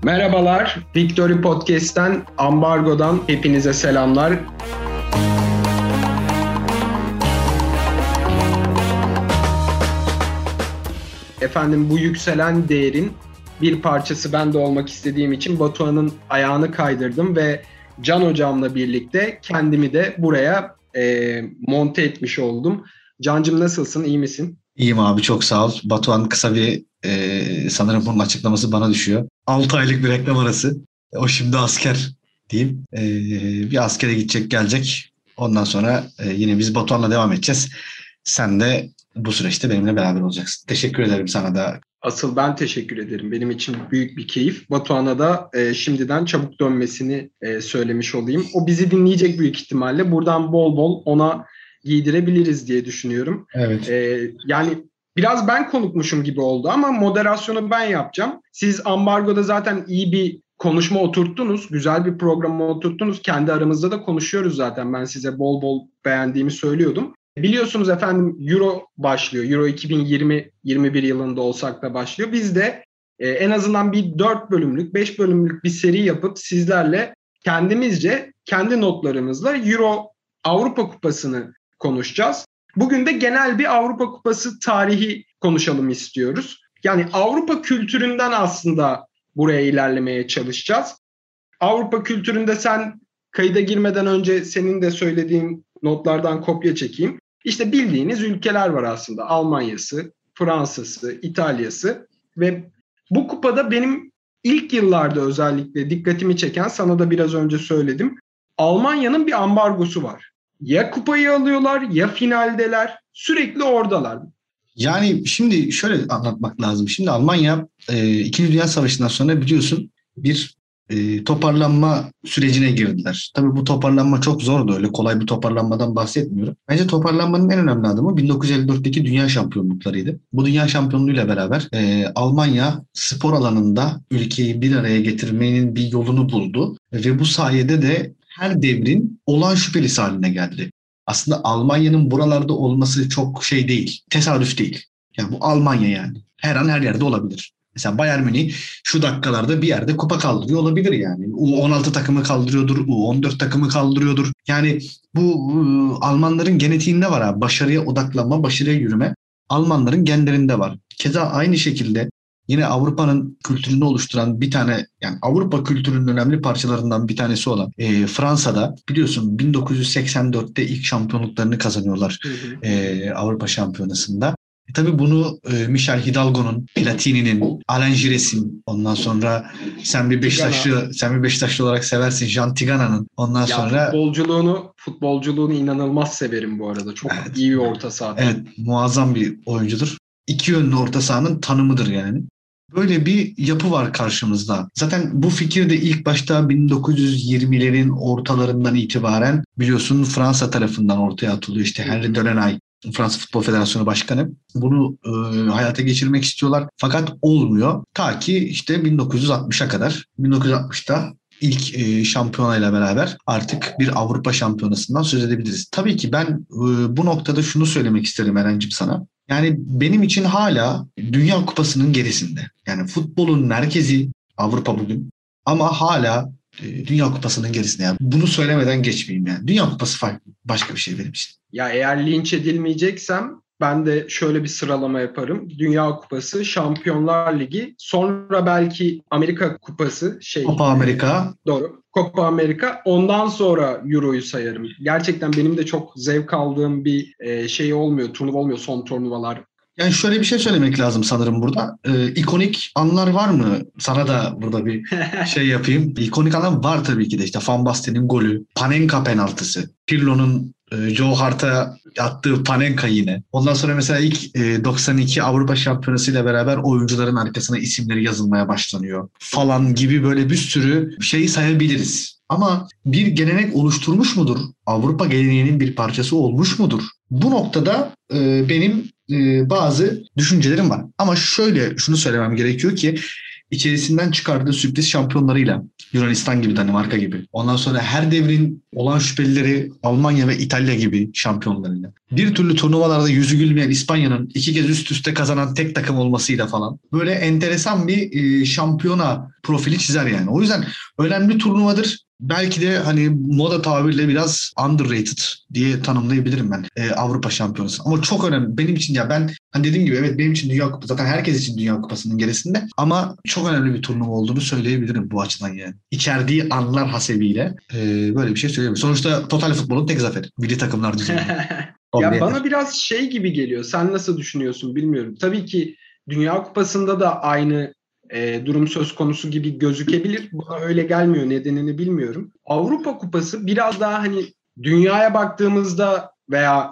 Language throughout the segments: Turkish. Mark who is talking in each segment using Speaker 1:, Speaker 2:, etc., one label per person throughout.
Speaker 1: Merhabalar, Victory Podcast'ten, Ambargo'dan hepinize selamlar. Efendim bu yükselen değerin bir parçası ben de olmak istediğim için Batuhan'ın ayağını kaydırdım ve Can Hocam'la birlikte kendimi de buraya monte etmiş oldum. Cancım nasılsın, iyi misin?
Speaker 2: İyiyim abi, çok sağ ol. Batuhan kısa bir sanırım bunun açıklaması bana düşüyor. 6 aylık bir reklam arası. O şimdi asker diyeyim. Bir askere gidecek gelecek. Ondan sonra yine biz Batuhan'la devam edeceğiz. Sen de bu süreçte benimle beraber olacaksın. Teşekkür ederim sana da.
Speaker 1: Asıl ben teşekkür ederim. Benim için büyük bir keyif. Batuhan'a da şimdiden çabuk dönmesini söylemiş olayım. O bizi dinleyecek büyük ihtimalle. Buradan bol bol ona giydirebiliriz diye düşünüyorum.
Speaker 2: Evet.
Speaker 1: Yani biraz ben konukmuşum gibi oldu ama moderasyonu ben yapacağım. Siz Ambargo'da zaten iyi bir konuşma oturttunuz. Güzel bir programa oturttunuz. Kendi aramızda da konuşuyoruz zaten. Ben size bol bol beğendiğimi söylüyordum. Biliyorsunuz efendim Euro başlıyor. Euro 2020-21 yılında olsak da başlıyor. Biz de en azından bir 4 bölümlük, 5 bölümlük bir seri yapıp sizlerle kendimizce, kendi notlarımızla Avrupa Kupası'nı konuşacağız. Bugün de genel bir Avrupa Kupası tarihi konuşalım istiyoruz. Yani Avrupa kültüründen aslında buraya ilerlemeye çalışacağız. Avrupa kültüründe sen kayıda girmeden önce senin de söylediğin notlardan kopya çekeyim. İşte bildiğiniz ülkeler var aslında. Almanya'sı, Fransa'sı, İtalya'sı ve bu kupada benim ilk yıllarda özellikle dikkatimi çeken, sana da biraz önce söyledim. Almanya'nın bir ambargosu var. Ya kupayı alıyorlar ya finaldeler. Sürekli oradalar.
Speaker 2: Yani şimdi şöyle anlatmak lazım. Şimdi Almanya 2. Dünya Savaşı'ndan sonra biliyorsun bir toparlanma sürecine girdiler. Tabii bu toparlanma çok zordu. Öyle kolay bir toparlanmadan bahsetmiyorum. Bence toparlanmanın en önemli adımı 1954'teki Dünya Şampiyonluklarıydı. Bu Dünya Şampiyonluğuyla beraber Almanya spor alanında ülkeyi bir araya getirmenin bir yolunu buldu. Ve bu sayede de her devrin olağan şüphelisi haline geldi. Aslında Almanya'nın buralarda olması çok şey değil, tesadüf değil. Yani bu Almanya yani. Her an her yerde olabilir. Mesela Bayern Münih şu dakikalarda bir yerde kupa kaldırıyor olabilir yani. U16 takımı kaldırıyordur, U14 takımı kaldırıyordur. Yani bu Almanların genetiğinde var abi. Başarıya odaklanma, başarıya yürüme Almanların genlerinde var. Keza aynı şekilde yine Avrupa'nın kültürünü oluşturan bir tane, yani Avrupa kültürünün önemli parçalarından bir tanesi olan Fransa'da biliyorsun 1984'te ilk şampiyonluklarını kazanıyorlar Avrupa Şampiyonası'nda. Tabii bunu Michel Hidalgo'nun, Platini'nin, Alain Gires'in, ondan sonra sen bir Beşiktaşlı olarak seversin, Jean Tigana'nın, ondan sonra
Speaker 1: futbolculuğunu inanılmaz severim bu arada. Çok
Speaker 2: evet,
Speaker 1: iyi bir orta saha.
Speaker 2: Evet, muazzam bir oyuncudur. İki yönlü orta sahanın tanımıdır yani. Böyle bir yapı var karşımızda. Zaten bu fikir de ilk başta 1920'lerin ortalarından itibaren biliyorsun Fransa tarafından ortaya atılıyor. İşte Henri Delaney, Fransa Futbol Federasyonu Başkanı bunu hayata geçirmek istiyorlar. Fakat olmuyor. Ta ki işte 1960'a kadar. 1960'ta ilk şampiyonayla beraber artık bir Avrupa şampiyonasından söz edebiliriz. Tabii ki ben bu noktada şunu söylemek isterim Eren'cim sana. Yani benim için hala Dünya Kupası'nın gerisinde. Yani futbolun merkezi Avrupa bugün ama hala Dünya Kupası'nın gerisinde. Yani bunu söylemeden geçmeyeyim yani. Dünya Kupası farklı, başka bir şey benim için.
Speaker 1: Ya eğer linç edilmeyeceksem ben de şöyle bir sıralama yaparım. Dünya Kupası, Şampiyonlar Ligi, sonra belki Amerika Kupası.
Speaker 2: Copa Amerika.
Speaker 1: Doğru. Copa Amerika. Ondan sonra Euro'yu sayarım. Gerçekten benim de çok zevk aldığım bir şey olmuyor. Turnuva olmuyor, son turnuvalar.
Speaker 2: Yani şöyle bir şey söylemek lazım sanırım burada. İkonik anlar var mı? Sana da burada bir şey yapayım. İkonik anlar var tabii ki de. İşte Van Basten'in golü, Panenka penaltısı, Pirlo'nun Joe Hart'a attığı Panenka yine. Ondan sonra mesela ilk 92 Avrupa Şampiyonası ile beraber oyuncuların arkasına isimleri yazılmaya başlanıyor falan gibi böyle bir sürü şeyi sayabiliriz. Ama bir gelenek oluşturmuş mudur? Avrupa geleneğinin bir parçası olmuş mudur? Bu noktada benim bazı düşüncelerim var. Ama şunu söylemem gerekiyor ki içerisinden çıkardığı sürpriz şampiyonlarıyla Yunanistan gibi, Danimarka gibi. Ondan sonra her devrin olan şüphelileri Almanya ve İtalya gibi şampiyonlarıyla. Bir türlü turnuvalarda yüzü gülmeyen İspanya'nın 2 kez üst üste kazanan tek takım olmasıyla falan. Böyle enteresan bir şampiyona profili çizer yani. O yüzden önemli turnuvadır. Belki de hani moda tabirle biraz underrated diye tanımlayabilirim ben Avrupa Şampiyonası. Ama çok önemli. Benim için ya ben hani dediğim gibi evet benim için Dünya Kupası zaten herkes için Dünya Kupası'nın gerisinde ama çok önemli bir turnuva olduğunu söyleyebilirim bu açıdan yani. İçerdiği anlar hasebiyle böyle bir şey söyleyeyim. Sonuçta total futbolun tek zaferi. Milli takımlar düzeyinde.
Speaker 1: Ya bana biraz şey gibi geliyor. Sen nasıl düşünüyorsun bilmiyorum. Tabii ki Dünya Kupası'nda da aynı durum söz konusu gibi gözükebilir. Bana öyle gelmiyor. Nedenini bilmiyorum. Avrupa Kupası biraz daha hani dünyaya baktığımızda veya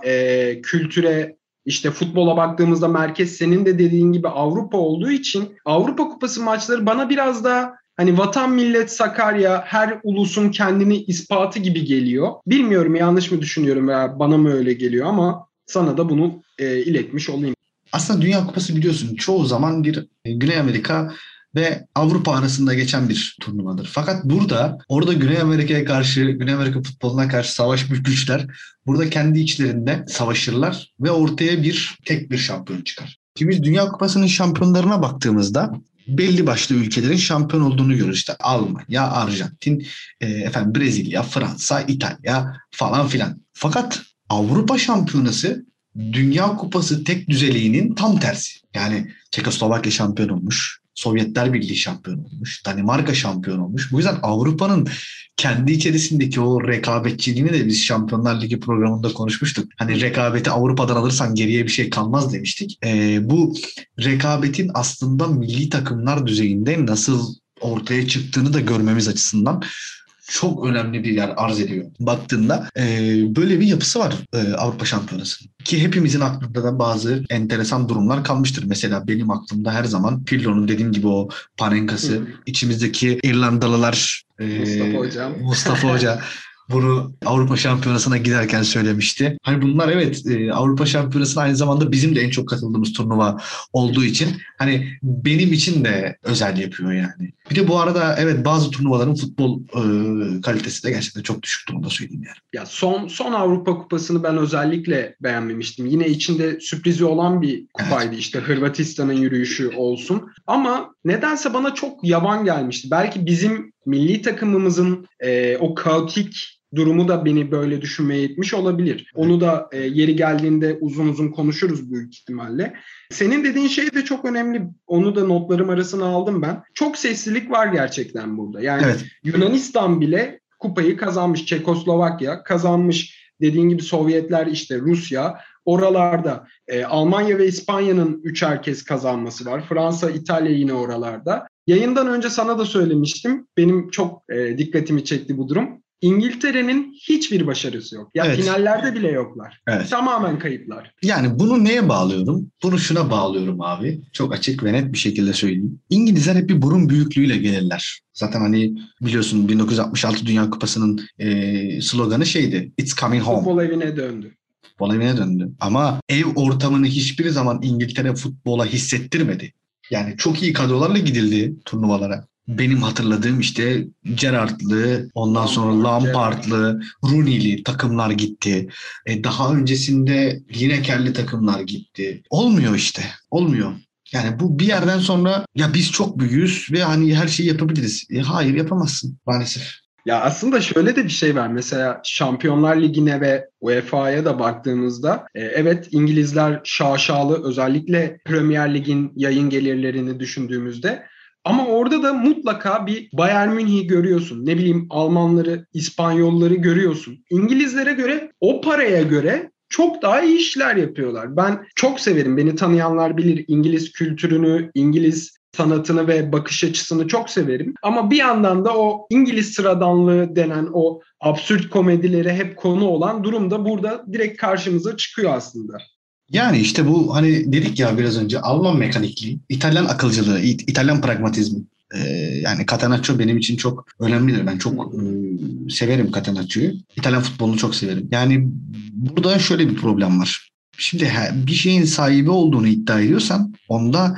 Speaker 1: kültüre işte futbola baktığımızda merkez senin de dediğin gibi Avrupa olduğu için Avrupa Kupası maçları bana biraz daha hani vatan millet Sakarya her ulusun kendini ispatı gibi geliyor. Bilmiyorum yanlış mı düşünüyorum veya bana mı öyle geliyor ama sana da bunu iletmiş olayım.
Speaker 2: Aslında Dünya Kupası biliyorsun çoğu zaman bir Güney Amerika ve Avrupa arasında geçen bir turnuvadır. Fakat orada Güney Amerika'ya karşı, Güney Amerika futboluna karşı savaşmış güçler burada kendi içlerinde savaşırlar ve ortaya tek bir şampiyon çıkar. Şimdi biz Dünya Kupası'nın şampiyonlarına baktığımızda belli başlı ülkelerin şampiyon olduğunu görürüz. İşte Almanya, Arjantin, Brezilya, Fransa, İtalya falan filan. Fakat Avrupa Şampiyonası Dünya Kupası tek düzeliğinin tam tersi. Yani Çekoslovakya şampiyon olmuş, Sovyetler Birliği şampiyon olmuş, Danimarka şampiyon olmuş. Bu yüzden Avrupa'nın kendi içerisindeki o rekabetçiliğini de biz Şampiyonlar Ligi programında konuşmuştuk. Hani rekabeti Avrupa'dan alırsan geriye bir şey kalmaz demiştik. Bu rekabetin aslında milli takımlar düzeyinde nasıl ortaya çıktığını da görmemiz açısından çok önemli bir yer arz ediyor. Baktığında böyle bir yapısı var Avrupa Şampiyonası. Ki hepimizin aklında da bazı enteresan durumlar kalmıştır. Mesela benim aklımda her zaman Pirlo'nun dediğim gibi o Panenka'sı, içimizdeki İrlandalılar, Mustafa Hoca bunu Avrupa Şampiyonası'na giderken söylemişti. Hani bunlar evet Avrupa Şampiyonası'na aynı zamanda bizim de en çok katıldığımız turnuva olduğu için hani benim için de özel yapıyor yani. Bir de bu arada evet bazı turnuvaların futbol kalitesi de gerçekten çok düşüktü onu da söyleyeyim yani.
Speaker 1: Ya son Avrupa Kupası'nı ben özellikle beğenmemiştim. Yine içinde sürprizi olan bir kupaydı evet. İşte Hırvatistan'ın yürüyüşü olsun. Ama nedense bana çok yavan gelmişti. Belki bizim milli takımımızın o kaotik durumu da beni böyle düşünmeye itmiş olabilir. Onu da yeri geldiğinde uzun uzun konuşuruz büyük ihtimalle. Senin dediğin şey de çok önemli. Onu da notlarım arasına aldım ben. Çok seslilik var gerçekten burada. Yani evet. Yunanistan bile kupayı kazanmış. Çekoslovakya kazanmış. Dediğin gibi Sovyetler işte Rusya. Oralarda Almanya ve İspanya'nın 3'er kez kazanması var. Fransa, İtalya yine oralarda. Yayından önce sana da söylemiştim. Benim çok dikkatimi çekti bu durum. İngiltere'nin hiçbir başarısı yok. Ya evet. Finallerde bile yoklar. Evet. Tamamen kayıplar.
Speaker 2: Yani bunu neye bağlıyorum? Bunu şuna bağlıyorum abi. Çok açık ve net bir şekilde söyleyeyim. İngilizler hep bir burun büyüklüğüyle gelirler. Zaten hani biliyorsun 1966 Dünya Kupası'nın sloganı şeydi. It's coming home.
Speaker 1: Futbol evine döndü.
Speaker 2: Futbol evine döndü. Ama ev ortamını hiçbir zaman İngiltere futbola hissettirmedi. Yani çok iyi kadrolarla gidildi turnuvalara. Benim hatırladığım işte Gerrard'lı, ondan sonra Lampard'lı, Rooney'li takımlar gitti. Daha öncesinde Lineker'li takımlar gitti. Olmuyor işte. Olmuyor. Yani bu bir yerden sonra ya biz çok büyüğüz ve hani her şeyi yapabiliriz. Hayır yapamazsın maalesef.
Speaker 1: Ya aslında şöyle de bir şey var. Mesela Şampiyonlar Ligi'ne ve UEFA'ya da baktığımızda evet İngilizler şaşalı özellikle Premier Lig'in yayın gelirlerini düşündüğümüzde ama orada da mutlaka bir Bayern Münih'i görüyorsun. Ne bileyim Almanları, İspanyolları görüyorsun. İngilizlere göre o paraya göre çok daha iyi işler yapıyorlar. Ben çok severim. Beni tanıyanlar bilir İngiliz kültürünü, İngiliz sanatını ve bakış açısını çok severim. Ama bir yandan da o İngiliz sıradanlığı denen o absürt komedilere hep konu olan durum da burada direkt karşımıza çıkıyor aslında.
Speaker 2: Yani işte bu hani dedik ya biraz önce Alman mekanikliği, İtalyan akılcılığı, İtalyan pragmatizmi. Yani Catenaccio benim için çok önemlidir. Ben çok severim Catenaccio'yu. İtalyan futbolunu çok severim. Yani burada şöyle bir problem var. Şimdi bir şeyin sahibi olduğunu iddia ediyorsan onda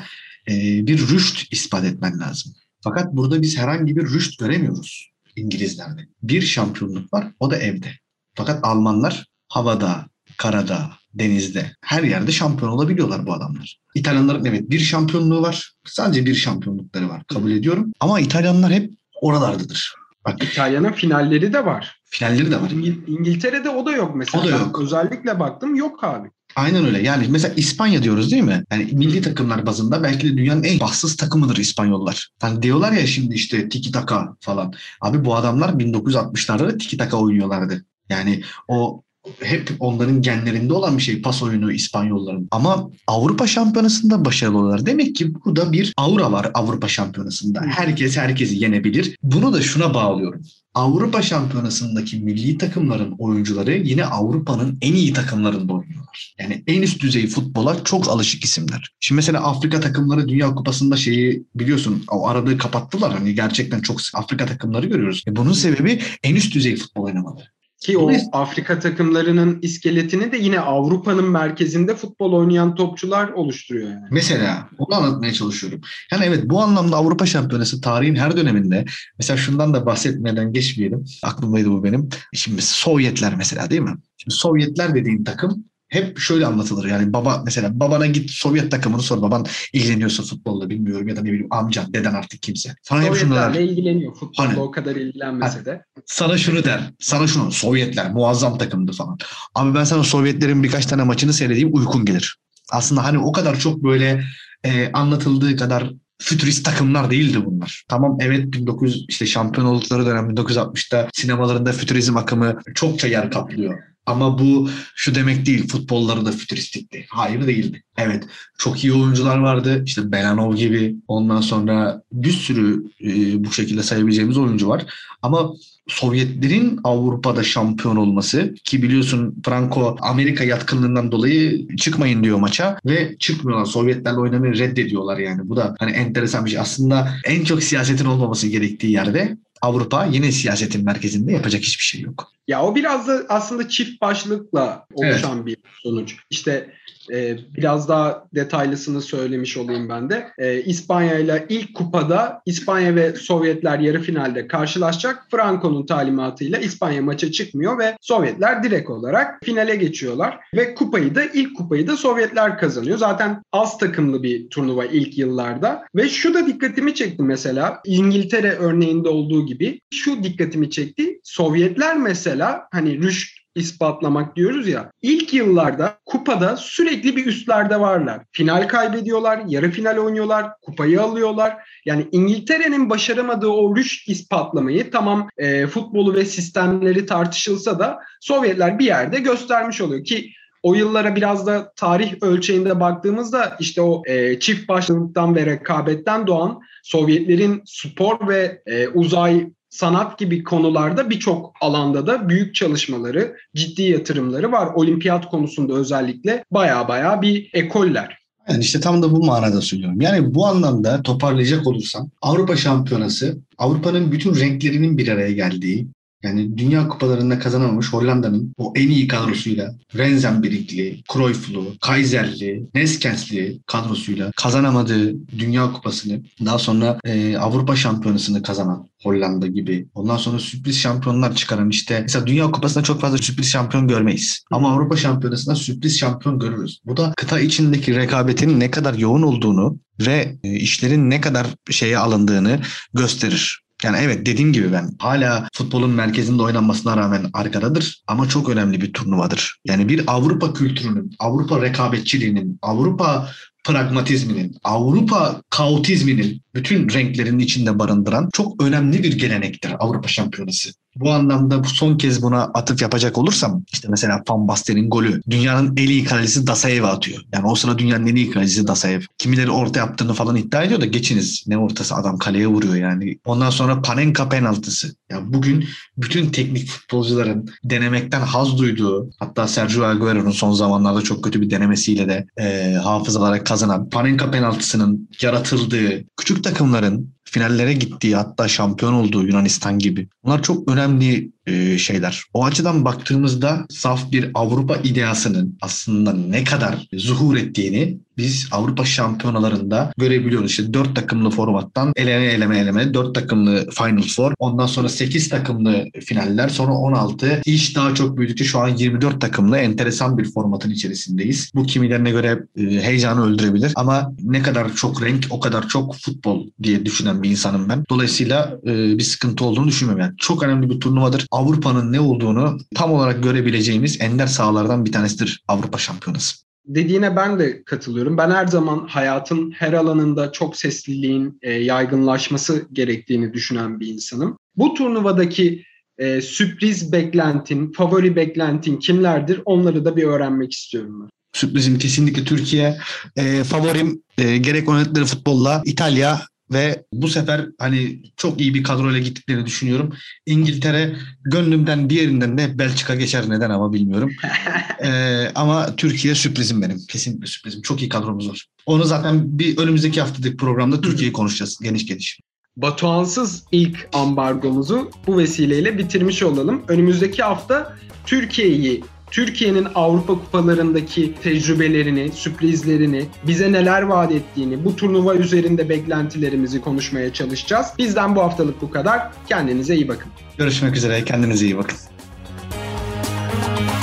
Speaker 2: bir rüşt ispat etmen lazım. Fakat burada biz herhangi bir rüşt göremiyoruz İngilizlerde. Bir şampiyonluk var, o da evde. Fakat Almanlar havada, karada, denizde, her yerde şampiyon olabiliyorlar bu adamlar. İtalyanların evet bir şampiyonluğu var. Sadece bir şampiyonlukları var. Kabul ediyorum. Ama İtalyanlar hep oralardadır. Bak,
Speaker 1: İtalya'nın finalleri de var.
Speaker 2: finalleri de var.
Speaker 1: İngiltere'de o da yok mesela.
Speaker 2: O da
Speaker 1: Ben
Speaker 2: yok.
Speaker 1: özellikle baktım, yok abi.
Speaker 2: Aynen öyle. Yani mesela İspanya diyoruz değil mi? Yani milli takımlar bazında belki de dünyanın en bahtsız takımıdır İspanyollar. Hani diyorlar ya şimdi işte tiki taka falan. Abi bu adamlar 1960'larda da tiki taka oynuyorlardı. Yani o hep onların genlerinde olan bir şey, pas oyunu İspanyolların. Ama Avrupa Şampiyonası'nda başarılı oluyorlar. Demek ki burada bir aura var Avrupa Şampiyonası'nda. Herkes herkesi yenebilir. Bunu da şuna bağlıyorum. Avrupa Şampiyonası'ndaki milli takımların oyuncuları yine Avrupa'nın en iyi takımlarında oynuyorlar. Yani en üst düzey futbola çok alışık isimler. Şimdi mesela Afrika takımları Dünya Kupası'nda şeyi biliyorsun, o aralığı kapattılar. Hani gerçekten çok Afrika takımları görüyoruz. Bunun sebebi en üst düzey futbol oynamaları.
Speaker 1: Ki o Afrika takımlarının iskeletini de yine Avrupa'nın merkezinde futbol oynayan topçular oluşturuyor yani.
Speaker 2: Mesela onu anlatmaya çalışıyorum. Yani evet, bu anlamda Avrupa Şampiyonası tarihin her döneminde, mesela şundan da bahsetmeden geçmeyelim. Aklımdaydı bu benim. Şimdi Sovyetler mesela değil mi? Şimdi Sovyetler dediğin takım hep şöyle anlatılır. Yani mesela babana git Sovyet takımını sor. Baban ilgileniyorsa futbolla, bilmiyorum, ya da ne bileyim amcan, deden, artık kimse. Sana hep şunu der.
Speaker 1: Sovyetlerle ilgileniyor. Futbolla
Speaker 2: Hani,
Speaker 1: o kadar ilgilenmese de.
Speaker 2: Sana şunu der. Sana şunu. Sovyetler muazzam takımdı falan. Abi ben sana Sovyetlerin birkaç tane maçını seyredeyim, uykun gelir. Aslında hani o kadar çok böyle anlatıldığı kadar fütürist takımlar değildi bunlar. Tamam, evet, 1900 işte şampiyon oldukları dönem 1960'ta sinemalarında fütürizm akımı çokça yer kaplıyor. Ama bu şu demek değil, futbolları da fütüristikti. Hayır, değildi. Evet, çok iyi oyuncular vardı. İşte Belanov gibi, ondan sonra bir sürü bu şekilde sayabileceğimiz oyuncu var. Ama Sovyetlerin Avrupa'da şampiyon olması, ki biliyorsun Franco Amerika yatkınlığından dolayı çıkmayın diyor maça ve çıkmıyorlar. Sovyetlerle oynamayı reddediyorlar yani. Bu da hani enteresan bir şey. Aslında en çok siyasetin olmaması gerektiği yerde Avrupa yine siyasetin merkezinde, yapacak hiçbir şey yok.
Speaker 1: Ya o biraz da aslında çift başlıkla oluşan bir sonuç. İşte biraz daha detaylısını söylemiş olayım ben de. İspanya ile ilk kupada İspanya ve Sovyetler yarı finalde karşılaşacak. Franco'nun talimatıyla İspanya maça çıkmıyor ve Sovyetler direkt olarak finale geçiyorlar. Ve ilk kupayı da Sovyetler kazanıyor. Zaten az takımlı bir turnuva ilk yıllarda. Ve şu da dikkatimi çekti mesela. İngiltere örneğinde olduğu gibi şu dikkatimi çekti. Sovyetler mesela hani rüşt ispatlamak diyoruz ya. İlk yıllarda kupada sürekli bir üstlerde varlar. Final kaybediyorlar, yarı final oynuyorlar, kupayı alıyorlar. Yani İngiltere'nin başaramadığı o rüşt ispatlamayı, tamam futbolu ve sistemleri tartışılsa da Sovyetler bir yerde göstermiş oluyor ki o yıllara biraz da tarih ölçeğinde baktığımızda işte o çift başlılıktan ve rekabetten doğan Sovyetlerin spor ve uzay, sanat gibi konularda birçok alanda da büyük çalışmaları, ciddi yatırımları var. Olimpiyat konusunda özellikle baya bir ekoller.
Speaker 2: Yani işte tam da bu manada söylüyorum. Yani bu anlamda toparlayacak olursam Avrupa Şampiyonası, Avrupa'nın bütün renklerinin bir araya geldiği, yani Dünya Kupalarında kazanamamış Hollanda'nın o en iyi kadrosuyla, Rensenbrig'li, Cruyff'lu, Kaiser'li, Neskens'li kadrosuyla kazanamadığı Dünya Kupası'nı, daha sonra Avrupa Şampiyonası'nı kazanan Hollanda gibi, ondan sonra sürpriz şampiyonlar çıkaran, işte mesela Dünya Kupası'nda çok fazla sürpriz şampiyon görmeyiz. Ama Avrupa Şampiyonası'nda sürpriz şampiyon görürüz. Bu da kıta içindeki rekabetin ne kadar yoğun olduğunu ve işlerin ne kadar şeye alındığını gösterir. Yani evet, dediğim gibi ben hala futbolun merkezinde oynanmasına rağmen arkadadır ama çok önemli bir turnuvadır. Yani bir Avrupa kültürünün, Avrupa rekabetçiliğinin, Avrupa pragmatizminin, Avrupa kaotizminin bütün renklerini içinde barındıran çok önemli bir gelenektir Avrupa Şampiyonası. Bu anlamda son kez buna atıf yapacak olursam, işte mesela Van Basten'in golü, dünyanın en iyi kalecisi Dasayev'e atıyor. Yani o sıra dünyanın en iyi kalecisi Dasayev. Kimileri orta yaptığını falan iddia ediyor da geçiniz. Ne ortası, adam kaleye vuruyor yani. Ondan sonra Panenka penaltısı. Ya bugün bütün teknik futbolcuların denemekten haz duyduğu, hatta Sergio Agüero'nun son zamanlarda çok kötü bir denemesiyle de hafızalara kazanan Panenka penaltısının yaratıldığı, küçük takımların finallere gittiği, hatta şampiyon olduğu Yunanistan gibi. Bunlar çok önemli şeyler. O açıdan baktığımızda saf bir Avrupa ideasının aslında ne kadar zuhur ettiğini biz Avrupa şampiyonalarında görebiliyoruz. İşte 4 takımlı formattan eleme 4 takımlı Final Four, ondan sonra 8 takımlı finaller, sonra 16. İş daha çok büyüdükçe şu an 24 takımlı enteresan bir formatın içerisindeyiz. Bu kimilerine göre heyecanı öldürebilir ama ne kadar çok renk o kadar çok futbol diye düşünen bir insanım ben. Dolayısıyla bir sıkıntı olduğunu düşünmüyorum. Yani çok önemli bir turnuvadır. Avrupa'nın ne olduğunu tam olarak görebileceğimiz ender sahalardan bir tanesidir Avrupa Şampiyonası.
Speaker 1: Dediğine ben de katılıyorum. Ben her zaman hayatın her alanında çok sesliliğin yaygınlaşması gerektiğini düşünen bir insanım. Bu turnuvadaki sürpriz beklentin, favori beklentin kimlerdir? Onları da bir öğrenmek istiyorum ben.
Speaker 2: Sürprizim kesinlikle Türkiye. Favorim gerek oynadıkları futbolla İtalya ve bu sefer hani çok iyi bir kadroyla gittiklerini düşünüyorum. İngiltere gönlümden, diğerinden de Belçika geçer, neden ama bilmiyorum. Ama Türkiye sürprizim benim. Kesinlikle sürprizim. Çok iyi kadromuz var. Onu zaten bir önümüzdeki haftadaki programda Türkiye'yi konuşacağız geniş geniş.
Speaker 1: Batuhansız ilk ambargomuzu bu vesileyle bitirmiş olalım. Önümüzdeki hafta Türkiye'nin Avrupa kupalarındaki tecrübelerini, sürprizlerini, bize neler vaat ettiğini, bu turnuva üzerinde beklentilerimizi konuşmaya çalışacağız. Bizden bu haftalık bu kadar. Kendinize iyi bakın.
Speaker 2: Görüşmek üzere. Kendinize iyi bakın.